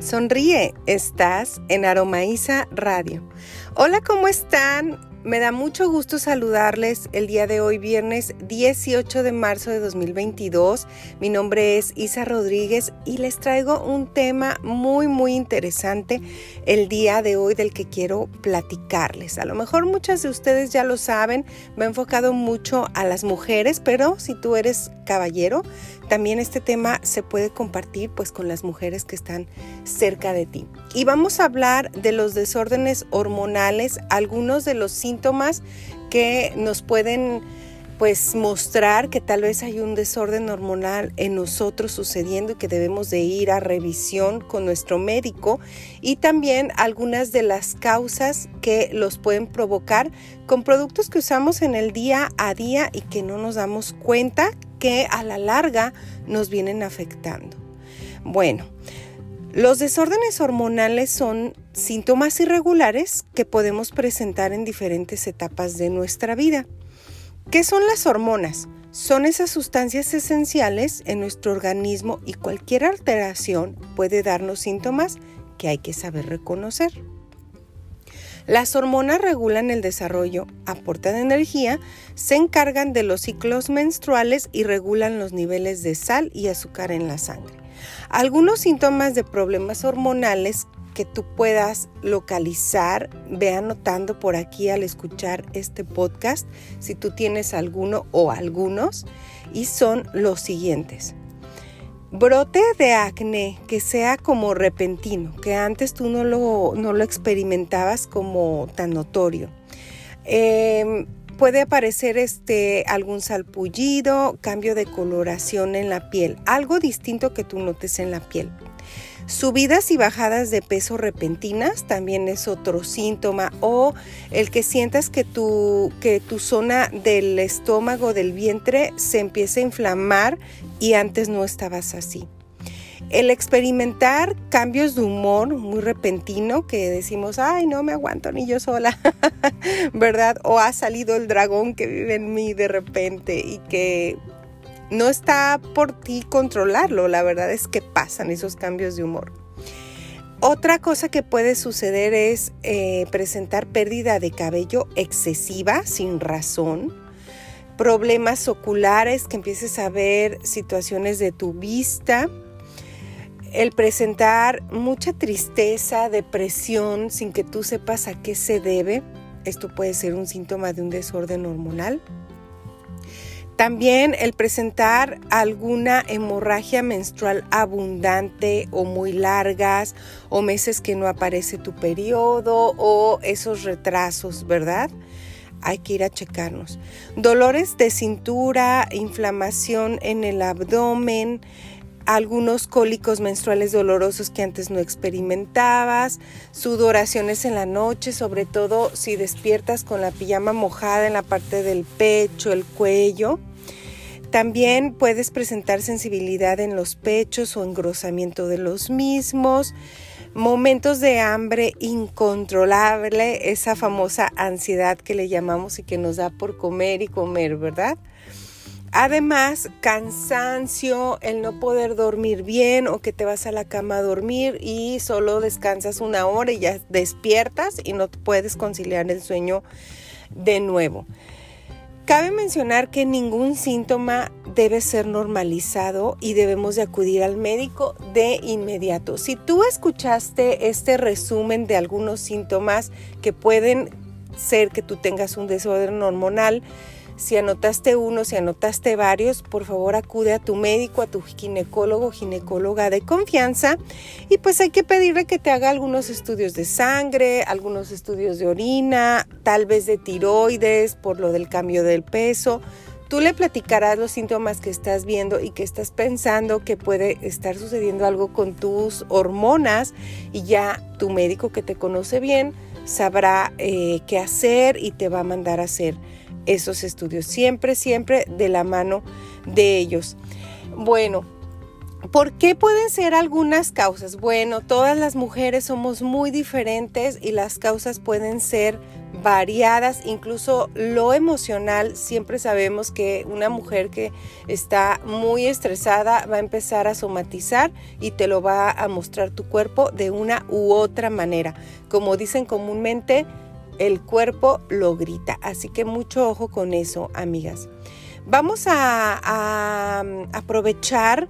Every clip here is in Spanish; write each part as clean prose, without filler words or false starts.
Sonríe, estás en Aromaísa Radio. Hola, ¿cómo están? Me da mucho gusto saludarles el día de hoy, viernes 18 de marzo de 2022. Mi nombre es Isa Rodríguez y les traigo un tema muy interesante el día de hoy del que quiero platicarles. A lo mejor muchas de ustedes ya lo saben, me he enfocado mucho a las mujeres, pero si tú eres caballero, también este tema se puede compartir pues con las mujeres que están cerca de ti. Y vamos a hablar de los desórdenes hormonales, algunos de los síntomas que nos pueden pues mostrar que tal vez hay un desorden hormonal en nosotros sucediendo y que debemos de ir a revisión con nuestro médico, y también algunas de las causas que los pueden provocar con productos que usamos en el día a día y que no nos damos cuenta que a la larga nos vienen afectando. Bueno, los desórdenes hormonales son síntomas irregulares que podemos presentar en diferentes etapas de nuestra vida. ¿Qué son las hormonas? Son esas sustancias esenciales en nuestro organismo y cualquier alteración puede darnos síntomas que hay que saber reconocer. Las hormonas regulan el desarrollo, aportan energía, se encargan de los ciclos menstruales y regulan los niveles de sal y azúcar en la sangre. Algunos síntomas de problemas hormonales que tú puedas localizar, ve anotando por aquí al escuchar este podcast si tú tienes alguno o algunos, y son los siguientes. Brote de acné que sea como repentino, que antes tú no lo experimentabas como tan notorio. Puede aparecer algún salpullido, cambio de coloración en la piel, algo distinto que tú notes en la piel. Subidas y bajadas de peso repentinas también es otro síntoma, o el que sientas que tu zona del estómago, del vientre, se empieza a inflamar y antes no estabas así. El experimentar cambios de humor muy repentino que decimos, ay, no me aguanto ni yo sola, ¿verdad? O ha salido el dragón que vive en mí de repente y que no está por ti controlarlo, la verdad es que pasan esos cambios de humor. Otra cosa que puede suceder es presentar pérdida de cabello excesiva sin razón, problemas oculares, que empieces a ver situaciones de tu vista, el presentar mucha tristeza, depresión sin que tú sepas a qué se debe. Esto puede ser un síntoma de un desorden hormonal. También el presentar alguna hemorragia menstrual abundante o muy largas, o meses que no aparece tu periodo, o esos retrasos, ¿verdad? Hay que ir a checarnos. Dolores de cintura, inflamación en el abdomen, algunos cólicos menstruales dolorosos que antes no experimentabas, sudoraciones en la noche, sobre todo si despiertas con la pijama mojada en la parte del pecho, el cuello. También puedes presentar sensibilidad en los pechos o engrosamiento de los mismos, momentos de hambre incontrolable, esa famosa ansiedad que le llamamos y que nos da por comer y comer, ¿verdad? Además, cansancio, el no poder dormir bien, o que te vas a la cama a dormir y solo descansas una hora y ya despiertas y no puedes conciliar el sueño de nuevo. Cabe mencionar que ningún síntoma debe ser normalizado y debemos de acudir al médico de inmediato. Si tú escuchaste este resumen de algunos síntomas que pueden ser que tú tengas un desorden hormonal, si anotaste uno, si anotaste varios, por favor acude a tu médico, a tu ginecólogo, ginecóloga de confianza, y pues hay que pedirle que te haga algunos estudios de sangre, algunos estudios de orina, tal vez de tiroides por lo del cambio del peso. Tú le platicarás los síntomas que estás viendo y que estás pensando que puede estar sucediendo algo con tus hormonas, y ya tu médico, que te conoce bien, sabrá qué hacer y te va a mandar a hacer esos estudios, siempre de la mano de ellos. Bueno, ¿por qué pueden ser algunas causas? Bueno, todas las mujeres somos muy diferentes y las causas pueden ser variadas, incluso lo emocional. Siempre sabemos que una mujer que está muy estresada va a empezar a somatizar y te lo va a mostrar tu cuerpo de una u otra manera. Como dicen comúnmente, el cuerpo lo grita, así que mucho ojo con eso, amigas. Vamos a aprovechar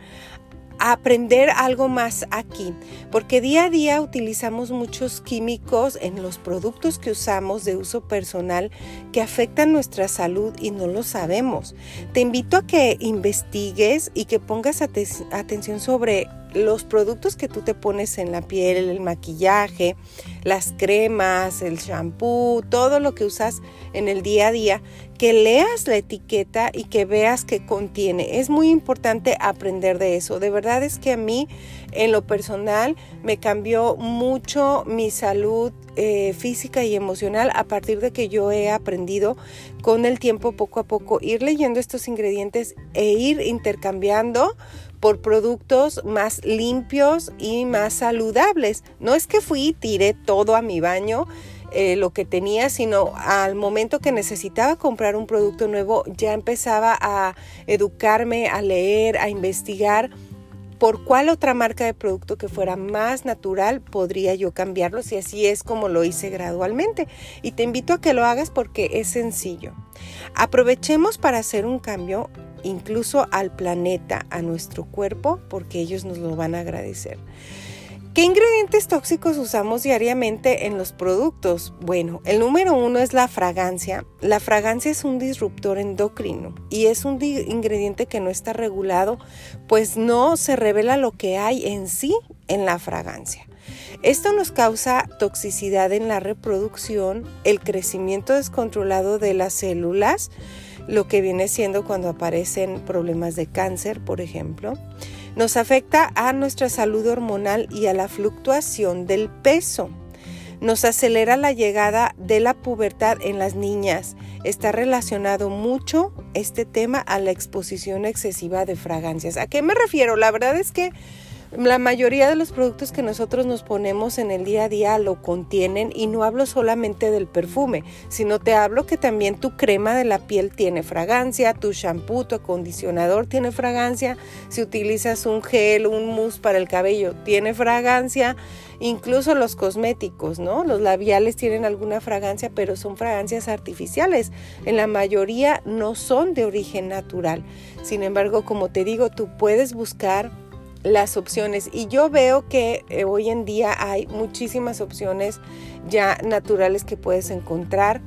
a aprender algo más aquí, porque día a día utilizamos muchos químicos en los productos que usamos de uso personal que afectan nuestra salud y no lo sabemos. Te invito a que investigues y que pongas atención sobre los productos que tú te pones en la piel, el maquillaje, las cremas, el shampoo, todo lo que usas en el día a día, que leas la etiqueta y que veas qué contiene. Es muy importante aprender de eso. De verdad es que a mí, en lo personal, me cambió mucho mi salud física y emocional a partir de que yo he aprendido con el tiempo, poco a poco, ir leyendo estos ingredientes e ir intercambiando por productos más limpios y más saludables. No es que fui y tiré todo a mi baño, lo que tenía, sino al momento que necesitaba comprar un producto nuevo, ya empezaba a educarme, a leer, a investigar por cuál otra marca de producto que fuera más natural podría yo cambiarlos, y así es como lo hice gradualmente. Y te invito a que lo hagas porque es sencillo. Aprovechemos para hacer un cambio incluso al planeta, a nuestro cuerpo, porque ellos nos lo van a agradecer. ¿Qué ingredientes tóxicos usamos diariamente en los productos? Bueno, el número 1 es la fragancia. La fragancia es un disruptor endocrino y es un ingrediente que no está regulado, pues no se revela lo que hay en sí en la fragancia. Esto nos causa toxicidad en la reproducción, el crecimiento descontrolado de las células, lo que viene siendo cuando aparecen problemas de cáncer, por ejemplo. Nos afecta a nuestra salud hormonal y a la fluctuación del peso. Nos acelera la llegada de la pubertad en las niñas. Está relacionado mucho este tema a la exposición excesiva de fragancias. ¿A qué me refiero? La verdad es que la mayoría de los productos que nosotros nos ponemos en el día a día lo contienen, y no hablo solamente del perfume, sino te hablo que también tu crema de la piel tiene fragancia, tu shampoo, tu acondicionador tiene fragancia, si utilizas un gel, un mousse para el cabello, tiene fragancia, incluso los cosméticos, ¿no? Los labiales tienen alguna fragancia, pero son fragancias artificiales. En la mayoría no son de origen natural. Sin embargo, como te digo, tú puedes buscar las opciones, y yo veo que hoy en día hay muchísimas opciones ya naturales que puedes encontrar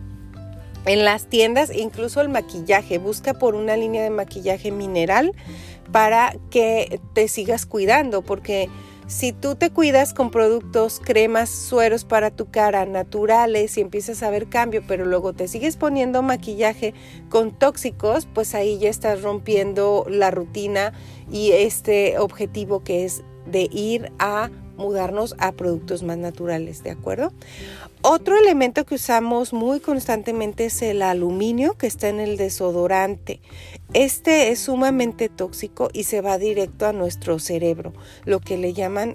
en las tiendas. Incluso el maquillaje, busca por una línea de maquillaje mineral para que te sigas cuidando, porque si tú te cuidas con productos, cremas, sueros para tu cara naturales y empiezas a ver cambio, pero luego te sigues poniendo maquillaje con tóxicos, pues ahí ya estás rompiendo la rutina y este objetivo que es de ir a mudarnos a productos más naturales, ¿de acuerdo? Otro elemento que usamos muy constantemente es el aluminio, que está en el desodorante. Este es sumamente tóxico y se va directo a nuestro cerebro, lo que le llaman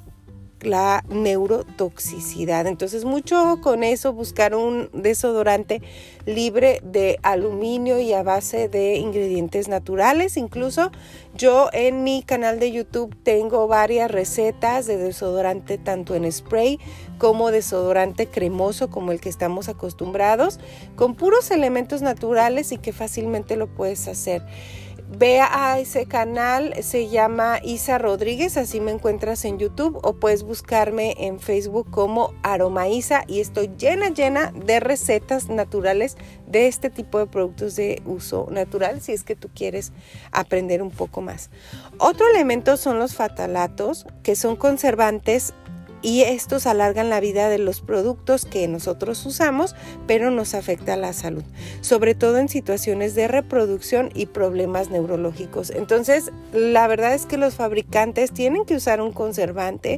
la neurotoxicidad. Entonces, mucho ojo con eso, buscar un desodorante libre de aluminio y a base de ingredientes naturales. Incluso yo en mi canal de YouTube tengo varias recetas de desodorante, tanto en spray como desodorante cremoso, como el que estamos acostumbrados, con puros elementos naturales y que fácilmente lo puedes hacer. Ve a ese canal, se llama Isa Rodríguez, así me encuentras en YouTube, o puedes buscarme en Facebook como Aromaisa, y estoy llena de recetas naturales de este tipo de productos de uso natural, si es que tú quieres aprender un poco más. Otro elemento son los fatalatos, que son conservantes, y estos alargan la vida de los productos que nosotros usamos, pero nos afecta a la salud, sobre todo en situaciones de reproducción y problemas neurológicos. Entonces, la verdad es que los fabricantes tienen que usar un conservante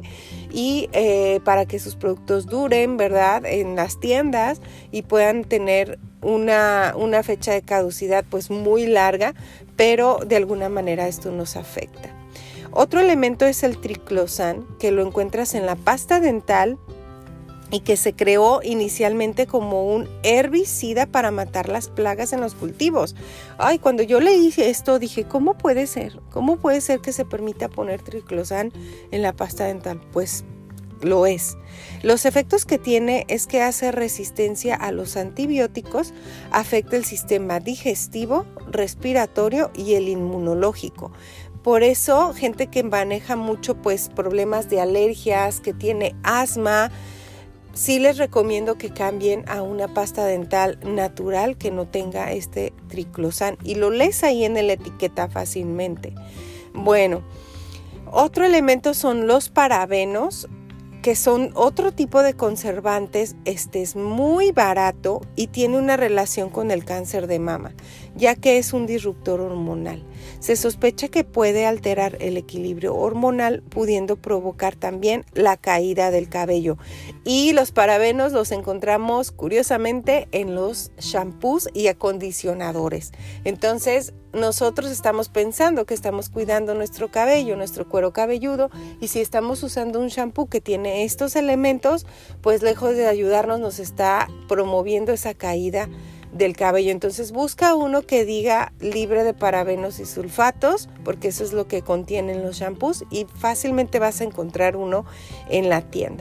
y para que sus productos duren, ¿verdad?, en las tiendas y puedan tener una fecha de caducidad pues muy larga, pero de alguna manera esto nos afecta. Otro elemento es el triclosan, que lo encuentras en la pasta dental, y que se creó inicialmente como un herbicida para matar las plagas en los cultivos. Ay, cuando yo leí esto dije, ¿cómo puede ser? ¿Cómo puede ser que se permita poner triclosan en la pasta dental? Pues lo es. Los efectos que tiene es que hace resistencia a los antibióticos, afecta el sistema digestivo, respiratorio y el inmunológico. Por eso, gente que maneja mucho pues problemas de alergias, que tiene asma, sí les recomiendo que cambien a una pasta dental natural que no tenga este triclosan y lo lees ahí en la etiqueta fácilmente. Bueno, otro elemento son los parabenos, que son otro tipo de conservantes. Este es muy barato y tiene una relación con el cáncer de mama, ya que es un disruptor hormonal. Se sospecha que puede alterar el equilibrio hormonal, pudiendo provocar también la caída del cabello. Y los parabenos los encontramos curiosamente en los shampoos y acondicionadores. Entonces, nosotros estamos pensando que estamos cuidando nuestro cabello, nuestro cuero cabelludo, y si estamos usando un shampoo que tiene estos elementos, pues lejos de ayudarnos nos está promoviendo esa caída del cabello. Entonces busca uno que diga libre de parabenos y sulfatos, porque eso es lo que contienen los shampoos y fácilmente vas a encontrar uno en la tienda.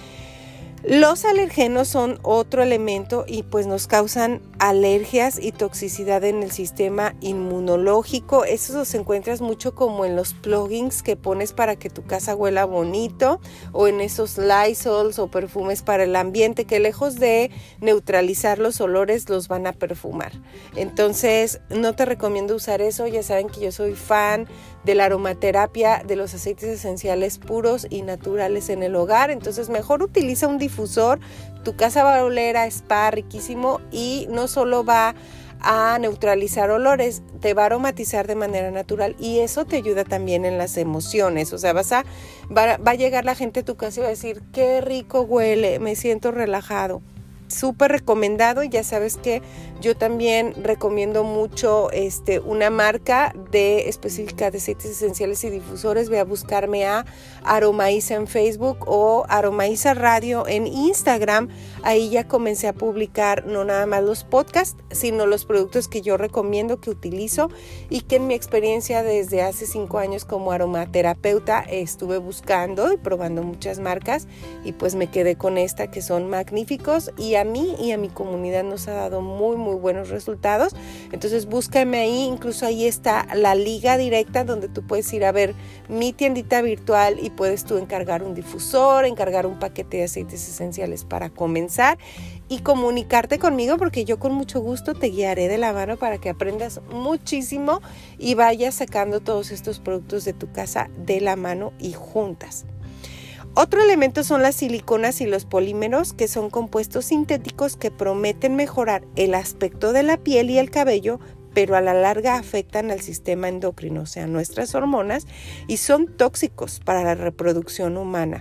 Los alergenos son otro elemento y pues nos causan alergias y toxicidad en el sistema inmunológico. Esos los encuentras mucho como en los plugins que pones para que tu casa huela bonito, o en esos Lysols o perfumes para el ambiente que lejos de neutralizar los olores los van a perfumar. Entonces no te recomiendo usar eso. Ya saben que yo soy fan de la aromaterapia, de los aceites esenciales puros y naturales en el hogar. Entonces mejor utiliza un difusor. Tu casa va a oler a spa riquísimo y no solo va a neutralizar olores, te va a aromatizar de manera natural y eso te ayuda también en las emociones. O sea, va a llegar la gente a tu casa y va a decir, qué rico huele, me siento relajado. Súper recomendado. Y ya sabes que yo también recomiendo mucho una marca específica de aceites esenciales y difusores. Ve a buscarme a Aromaiza en Facebook o Aromaiza Radio en Instagram. Ahí ya comencé a publicar no nada más los podcasts, sino los productos que yo recomiendo, que utilizo y que en mi experiencia desde hace 5 años como aromaterapeuta estuve buscando y probando muchas marcas y pues me quedé con esta, que son magníficos y a mí y a mi comunidad nos ha dado muy muy buenos resultados. Entonces búscame ahí, incluso ahí está la liga directa donde tú puedes ir a ver mi tiendita virtual y puedes tú encargar un difusor, encargar un paquete de aceites esenciales para comenzar y comunicarte conmigo, porque yo con mucho gusto te guiaré de la mano para que aprendas muchísimo y vayas sacando todos estos productos de tu casa de la mano y juntas. Otro elemento son las siliconas y los polímeros, que son compuestos sintéticos que prometen mejorar el aspecto de la piel y el cabello, pero a la larga afectan al sistema endocrino, o sea, nuestras hormonas, y son tóxicos para la reproducción humana.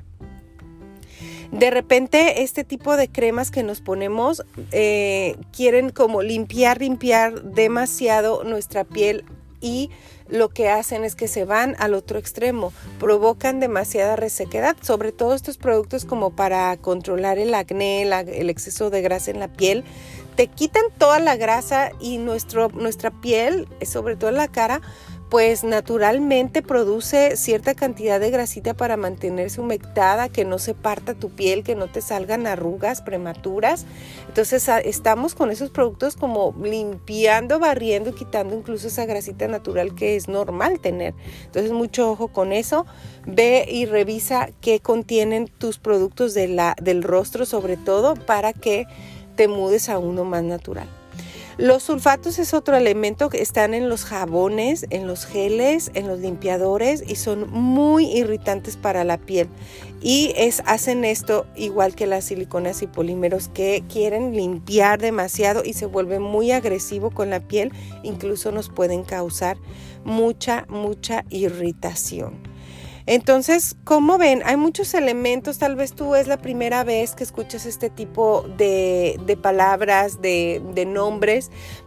De repente este tipo de cremas que nos ponemos quieren como limpiar demasiado nuestra piel y lo que hacen es que se van al otro extremo, provocan demasiada resequedad, sobre todo estos productos como para controlar el acné, el exceso de grasa en la piel, te quitan toda la grasa y nuestra piel, sobre todo en la cara, pues naturalmente produce cierta cantidad de grasita para mantenerse humectada, que no se parta tu piel, que no te salgan arrugas prematuras. Entonces estamos con esos productos como limpiando, barriendo y quitando incluso esa grasita natural que es normal tener. Entonces mucho ojo con eso. Ve y revisa qué contienen tus productos del rostro, sobre todo para que te mudes a uno más natural. Los sulfatos es otro elemento que están en los jabones, en los geles, en los limpiadores y son muy irritantes para la piel. Y hacen esto igual que las siliconas y polímeros, que quieren limpiar demasiado y se vuelve muy agresivo con la piel. Incluso nos pueden causar mucha irritación. Entonces, como ven, hay muchos elementos. Tal vez tú es la primera vez que escuchas este tipo de palabras, de nombres,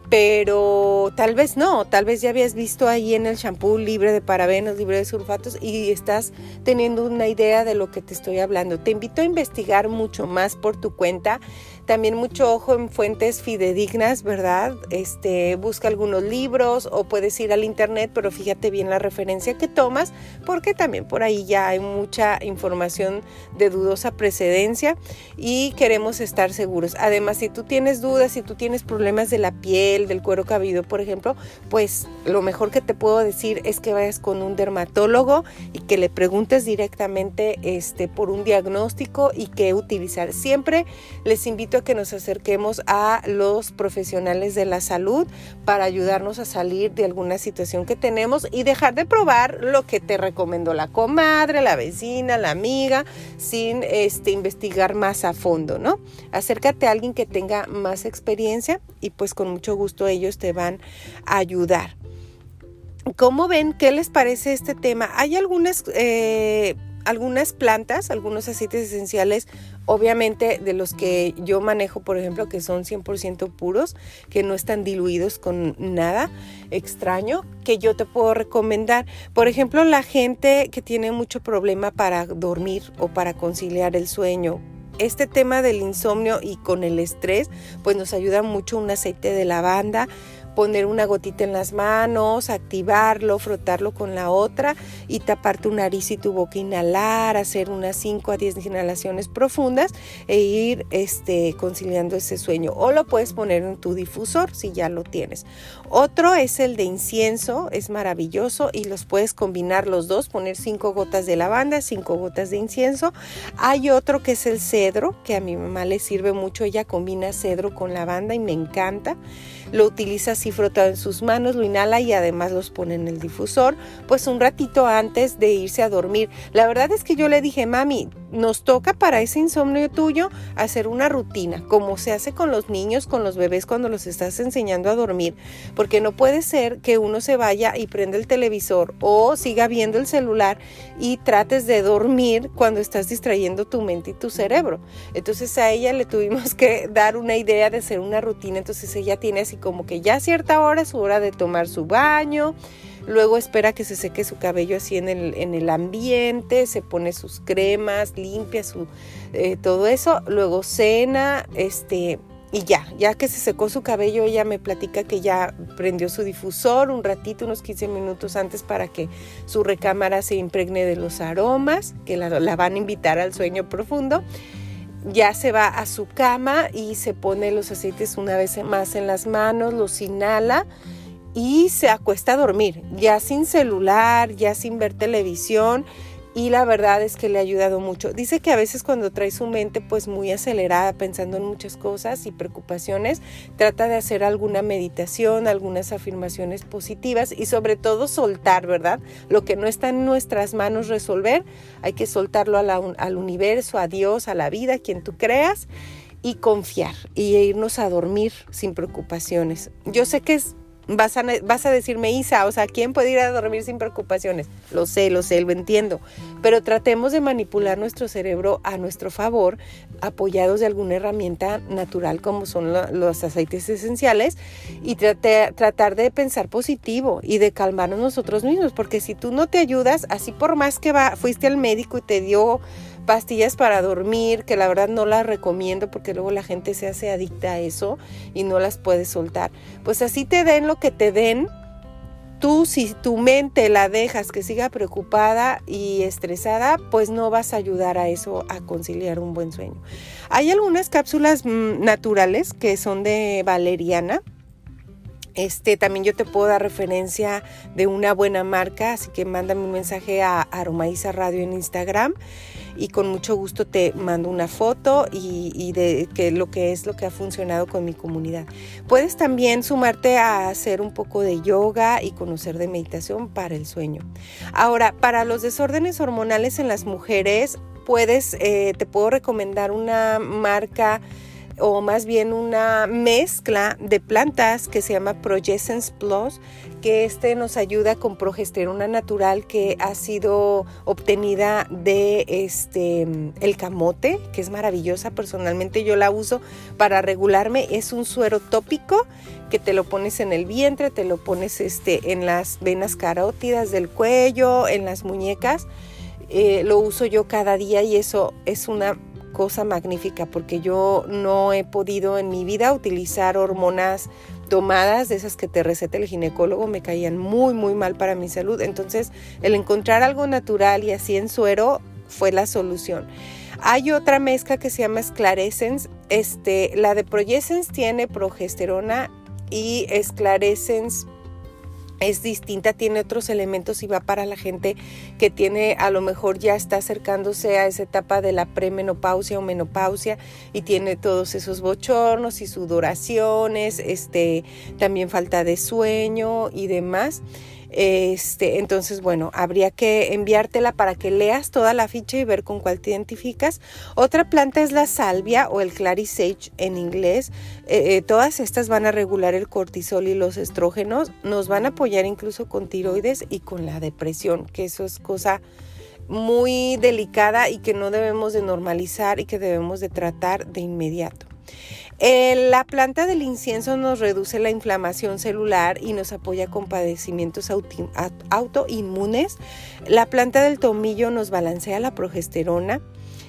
pero tal vez no, tal vez ya habías visto ahí en el shampoo libre de parabenos, libre de sulfatos y estás teniendo una idea de lo que te estoy hablando. Te invito a investigar mucho más por tu cuenta. También mucho ojo en fuentes fidedignas, ¿verdad? Busca algunos libros o puedes ir al internet, pero fíjate bien la referencia que tomas, porque también por ahí ya hay mucha información de dudosa precedencia y queremos estar seguros. Además, si tú tienes dudas, si tú tienes problemas de la piel, del cuero cabelludo, por ejemplo, pues lo mejor que te puedo decir es que vayas con un dermatólogo y que le preguntes directamente por un diagnóstico y qué utilizar. Siempre les invito a que nos acerquemos a los profesionales de la salud para ayudarnos a salir de alguna situación que tenemos y dejar de probar lo que te recomendó la comadre, la vecina, la amiga, sin investigar más a fondo, ¿no? Acércate a alguien que tenga más experiencia y pues con mucho gusto ellos te van a ayudar. ¿Cómo ven? ¿Qué les parece este tema? Hay algunas plantas, algunos aceites esenciales, obviamente de los que yo manejo, por ejemplo, que son 100% puros, que no están diluidos con nada extraño, que yo te puedo recomendar. Por ejemplo, la gente que tiene mucho problema para dormir o para conciliar el sueño. Este tema del insomnio y con el estrés, pues nos ayuda mucho un aceite de lavanda, poner una gotita en las manos, activarlo, frotarlo con la otra y tapar tu nariz y tu boca, inhalar, hacer unas 5 a 10 inhalaciones profundas e ir conciliando ese sueño. O lo puedes poner en tu difusor si ya lo tienes. Otro es el de incienso, es maravilloso y los puedes combinar los dos, poner 5 gotas de lavanda, 5 gotas de incienso. Hay otro que es el cedro, que a mi mamá le sirve mucho, ella combina cedro con lavanda y me encanta. Lo utiliza así frotado en sus manos, lo inhala y además los pone en el difusor, pues un ratito antes de irse a dormir. La verdad es que yo le dije, mami, nos toca para ese insomnio tuyo hacer una rutina, como se hace con los niños, con los bebés cuando los estás enseñando a dormir, porque no puede ser que uno se vaya y prenda el televisor o siga viendo el celular y trates de dormir cuando estás distrayendo tu mente y tu cerebro. Entonces a ella le tuvimos que dar una idea de hacer una rutina, entonces ella tiene así como que ya a cierta hora es su hora de tomar su baño, luego espera que se seque su cabello así en el ambiente, se pone sus cremas, limpia todo eso, luego cena, y ya que se secó su cabello, ella me platica que ya prendió su difusor un ratito, unos 15 minutos antes para que su recámara se impregne de los aromas que la van a invitar al sueño profundo. Ya se va a su cama y se pone los aceites una vez más en las manos, los inhala y se acuesta a dormir, ya sin celular, ya sin ver televisión, y la verdad es que le ha ayudado mucho. Dice que a veces cuando trae su mente pues muy acelerada pensando en muchas cosas y preocupaciones, trata de hacer alguna meditación, algunas afirmaciones positivas y sobre todo soltar, ¿verdad? Lo que no está en nuestras manos resolver, hay que soltarlo al universo, a Dios, a la vida, a quien tú creas, y confiar y irnos a dormir sin preocupaciones. Yo sé que vas a decirme, Isa, o sea, ¿quién puede ir a dormir sin preocupaciones? Lo sé, lo entiendo, pero tratemos de manipular nuestro cerebro a nuestro favor, apoyados de alguna herramienta natural como son los aceites esenciales, y tratar de pensar positivo y de calmarnos nosotros mismos, porque si tú no te ayudas, así por más que fuiste al médico y te dio pastillas para dormir, que la verdad no las recomiendo porque luego la gente se hace adicta a eso y no las puede soltar. Pues así te den lo que te den, tú si tu mente la dejas que siga preocupada y estresada, pues no vas a ayudar a eso, a conciliar un buen sueño. Hay algunas cápsulas naturales que son de valeriana. También yo te puedo dar referencia de una buena marca, así que mándame un mensaje a Aromaiza Radio en Instagram y con mucho gusto te mando una foto y de lo que ha funcionado con mi comunidad. Puedes también sumarte a hacer un poco de yoga y conocer de meditación para el sueño. Ahora, para los desórdenes hormonales en las mujeres, te puedo recomendar una marca o más bien una mezcla de plantas que se llama Progescence Plus, que nos ayuda con progesterona natural que ha sido obtenida de el camote, que es maravillosa. Personalmente yo la uso para regularme, es un suero tópico que te lo pones en el vientre, te lo pones en las venas carótidas del cuello, en las muñecas. Lo uso yo cada día y eso es una cosa magnífica porque yo no he podido en mi vida utilizar hormonas tomadas de esas que te receta el ginecólogo, me caían muy muy mal para mi salud. Entonces el encontrar algo natural y así en suero fue la solución. Hay otra mezcla que se llama Sclarescence. La de Proyescence tiene progesterona y Sclarescence es distinta, tiene otros elementos y va para la gente que tiene, a lo mejor ya está acercándose a esa etapa de la premenopausia o menopausia y tiene todos esos bochornos y sudoraciones, también falta de sueño y demás. Entonces, bueno, habría que enviártela para que leas toda la ficha y ver con cuál te identificas. Otra planta es la salvia o el clarisage en inglés. Todas estas van a regular el cortisol y los estrógenos, nos van a apoyar incluso con tiroides y con la depresión, que eso es cosa muy delicada y que no debemos de normalizar y que debemos de tratar de inmediato. La planta del incienso nos reduce la inflamación celular y nos apoya con padecimientos autoinmunes. La planta del tomillo nos balancea la progesterona.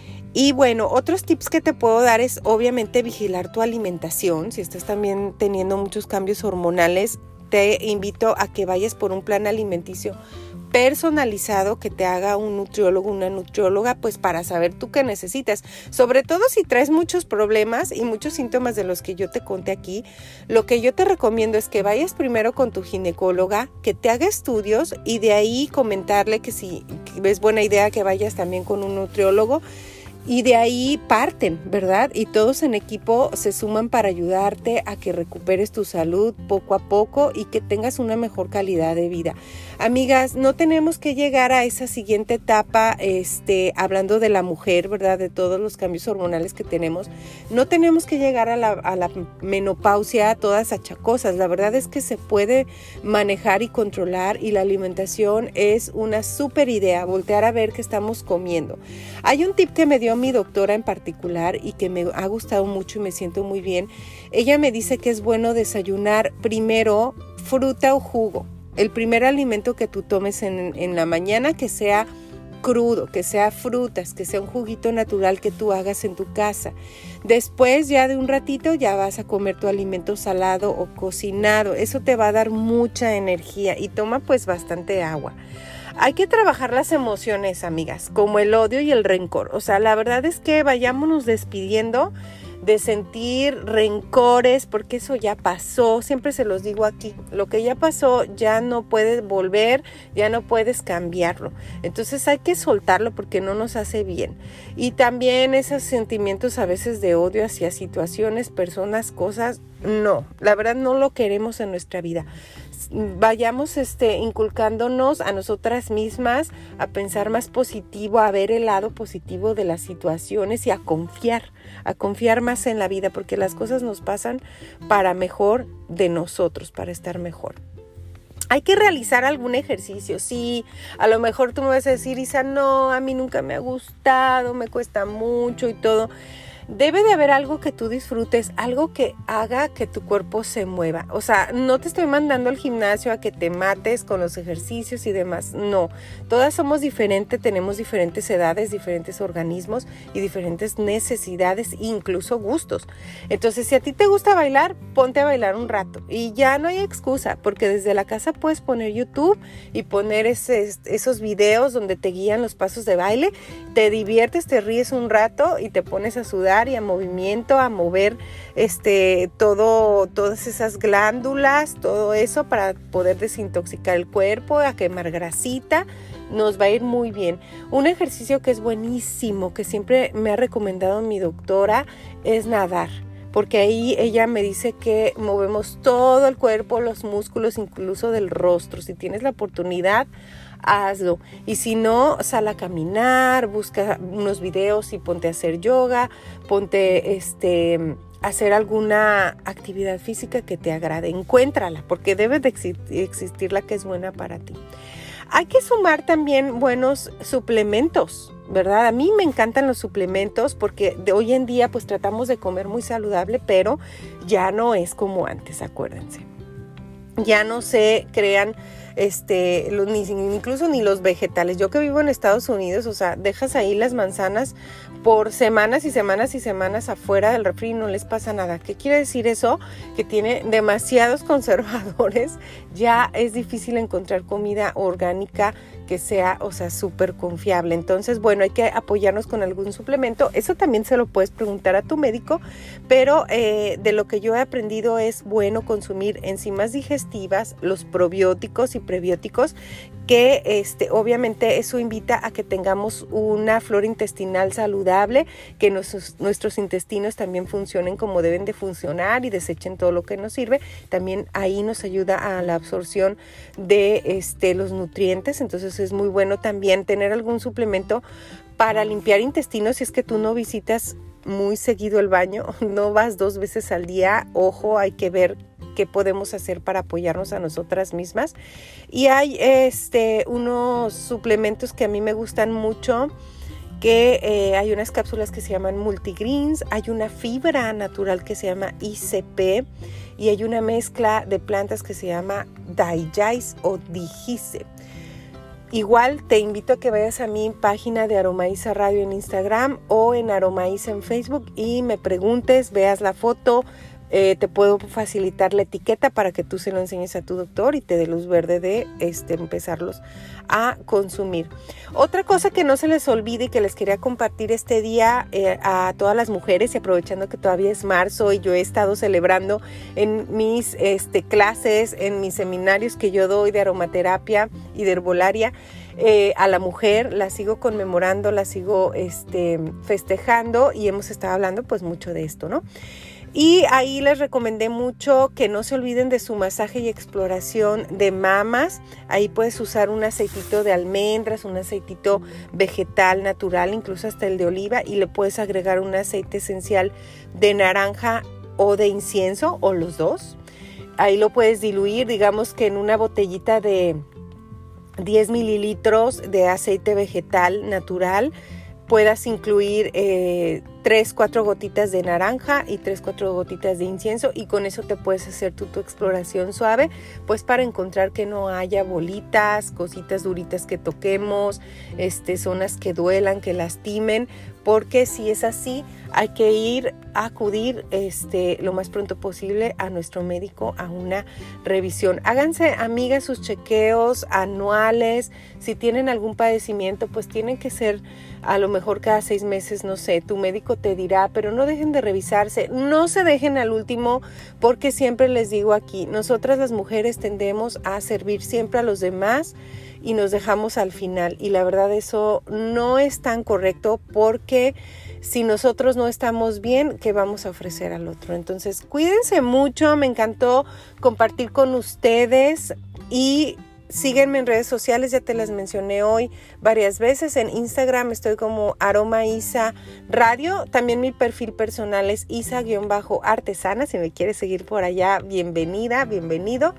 Y bueno, otros tips que te puedo dar es obviamente vigilar tu alimentación. Si estás también teniendo muchos cambios hormonales, te invito a que vayas por un plan alimenticio personalizado que te haga un nutriólogo, una nutrióloga, pues para saber tú qué necesitas. Sobre todo si traes muchos problemas y muchos síntomas de los que yo te conté aquí, lo que yo te recomiendo es que vayas primero con tu ginecóloga, que te haga estudios y de ahí comentarle que si ves buena idea que vayas también con un nutriólogo. Y de ahí parten, ¿verdad? Y todos en equipo se suman para ayudarte a que recuperes tu salud poco a poco y que tengas una mejor calidad de vida. Amigas, no tenemos que llegar a esa siguiente etapa, hablando de la mujer, ¿verdad? De todos los cambios hormonales que tenemos. No tenemos que llegar a la menopausia todas achacosas. La verdad es que se puede manejar y controlar y la alimentación es una súper idea, voltear a ver qué estamos comiendo. Hay un tip que me dio mi doctora en particular y que me ha gustado mucho y me siento muy bien. Ella me dice que es bueno desayunar primero fruta o jugo. El primer alimento que tú tomes en la mañana que sea crudo, que sea frutas, que sea un juguito natural que tú hagas en tu casa. Después ya de un ratito ya vas a comer tu alimento salado o cocinado. Eso te va a dar mucha energía y toma pues bastante agua. Hay que trabajar las emociones, amigas, como el odio y el rencor. O sea, la verdad es que vayámonos despidiendo de sentir rencores, porque eso ya pasó. Siempre se los digo aquí, lo que ya pasó ya no puedes volver, ya no puedes cambiarlo. Entonces hay que soltarlo porque no nos hace bien. Y también esos sentimientos a veces de odio hacia situaciones, personas, cosas, no, la verdad no lo queremos en nuestra vida. Vayamos inculcándonos a nosotras mismas a pensar más positivo, a ver el lado positivo de las situaciones y a confiar más en la vida, porque las cosas nos pasan para mejor de nosotros, para estar mejor. Hay que realizar algún ejercicio. Sí, a lo mejor tú me vas a decir, Isa, no, a mí nunca me ha gustado, me cuesta mucho y todo. Debe de haber algo que tú disfrutes, algo que haga que tu cuerpo se mueva. O sea, no te estoy mandando al gimnasio a que te mates con los ejercicios y demás. No, todas somos diferentes, tenemos diferentes edades, diferentes organismos y diferentes necesidades, incluso gustos. Entonces, si a ti te gusta bailar, ponte a bailar un rato. Y ya no hay excusa, porque desde la casa puedes poner YouTube y poner esos videos donde te guían los pasos de baile. Te diviertes, te ríes un rato y te pones a sudar y a movimiento, a mover todas esas glándulas, todo eso para poder desintoxicar el cuerpo, a quemar grasita, nos va a ir muy bien. Un ejercicio que es buenísimo, que siempre me ha recomendado mi doctora, es nadar. Porque ahí ella me dice que movemos todo el cuerpo, los músculos, incluso del rostro. Si tienes la oportunidad, hazlo. Y si no, sal a caminar, busca unos videos y ponte a hacer yoga, ponte a hacer alguna actividad física que te agrade. Encuéntrala, porque debe de existir la que es buena para ti. Hay que sumar también buenos suplementos, ¿verdad? A mí me encantan los suplementos porque de hoy en día pues tratamos de comer muy saludable, pero ya no es como antes, acuérdense. Ya no se crean incluso ni los vegetales. Yo que vivo en Estados Unidos, o sea, dejas ahí las manzanas por semanas y semanas y semanas afuera del refri y no les pasa nada. ¿Qué quiere decir eso? Que tiene demasiados conservadores. Ya es difícil encontrar comida orgánica que sea, o sea, súper confiable. Entonces, bueno, hay que apoyarnos con algún suplemento. Eso también se lo puedes preguntar a tu médico, pero de lo que yo he aprendido es bueno consumir enzimas digestivas, los probióticos y prebióticos, que obviamente eso invita a que tengamos una flora intestinal saludable, que nuestros intestinos también funcionen como deben de funcionar y desechen todo lo que nos sirve. También ahí nos ayuda a la absorción de los nutrientes. Entonces es muy bueno también tener algún suplemento para limpiar intestinos si es que tú no visitas muy seguido el baño, no vas 2 veces al día. Ojo, hay que ver qué podemos hacer para apoyarnos a nosotras mismas. Y hay unos suplementos que a mí me gustan mucho, que hay unas cápsulas que se llaman multigreens, hay una fibra natural que se llama ICP y hay una mezcla de plantas que se llama Digise o Digise. Igual te invito a que vayas a mi página de Aromaísa Radio en Instagram o en Aromaísa en Facebook y me preguntes, veas la foto. Te puedo facilitar la etiqueta para que tú se lo enseñes a tu doctor y te dé luz verde de empezarlos a consumir. Otra cosa que no se les olvide y que les quería compartir este día a todas las mujeres, y aprovechando que todavía es marzo y yo he estado celebrando en mis clases, en mis seminarios que yo doy de aromaterapia y de herbolaria, a la mujer la sigo conmemorando, la sigo festejando y hemos estado hablando pues mucho de esto, ¿no? Y ahí les recomendé mucho que no se olviden de su masaje y exploración de mamas. Ahí puedes usar un aceitito de almendras, un aceitito vegetal natural, incluso hasta el de oliva, y le puedes agregar un aceite esencial de naranja o de incienso o los dos. Ahí lo puedes diluir, digamos que en una botellita de 10 mililitros de aceite vegetal natural puedas incluir 3-4 gotitas de naranja y 3-4 gotitas de incienso, y con eso te puedes hacer tu exploración suave, pues para encontrar que no haya bolitas, cositas duritas que toquemos, zonas que duelan, que lastimen, porque si es así hay que acudir lo más pronto posible a nuestro médico a una revisión. Háganse, amigas, sus chequeos anuales. Si tienen algún padecimiento, pues tienen que ser a lo mejor cada 6 meses, no sé, tu médico te dirá, pero no dejen de revisarse, no se dejen al último, porque siempre les digo aquí, nosotras las mujeres tendemos a servir siempre a los demás y nos dejamos al final, y la verdad eso no es tan correcto, porque si nosotros no estamos bien, ¿qué vamos a ofrecer al otro? Entonces cuídense mucho, me encantó compartir con ustedes y síguenme en redes sociales, ya te las mencioné hoy varias veces. En Instagram estoy como Aromaísa Radio. También mi perfil personal es Isa-artesana. Si me quieres seguir por allá, bienvenida, bienvenido.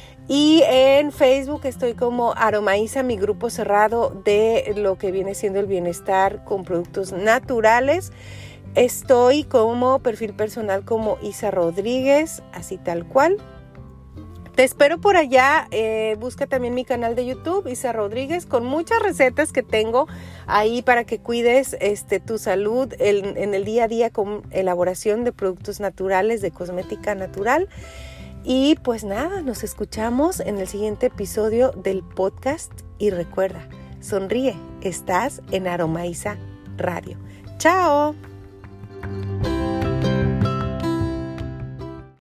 Y en Facebook estoy como Aromaísa, mi grupo cerrado de lo que viene siendo el bienestar con productos naturales. Estoy como perfil personal como Isa Rodríguez, así tal cual. Te espero por allá, busca también mi canal de YouTube, Isa Rodríguez, con muchas recetas que tengo ahí para que cuides tu salud en el día a día con elaboración de productos naturales, de cosmética natural. Y pues nada, nos escuchamos en el siguiente episodio del podcast y recuerda, sonríe, estás en Aromaísa Radio. ¡Chao!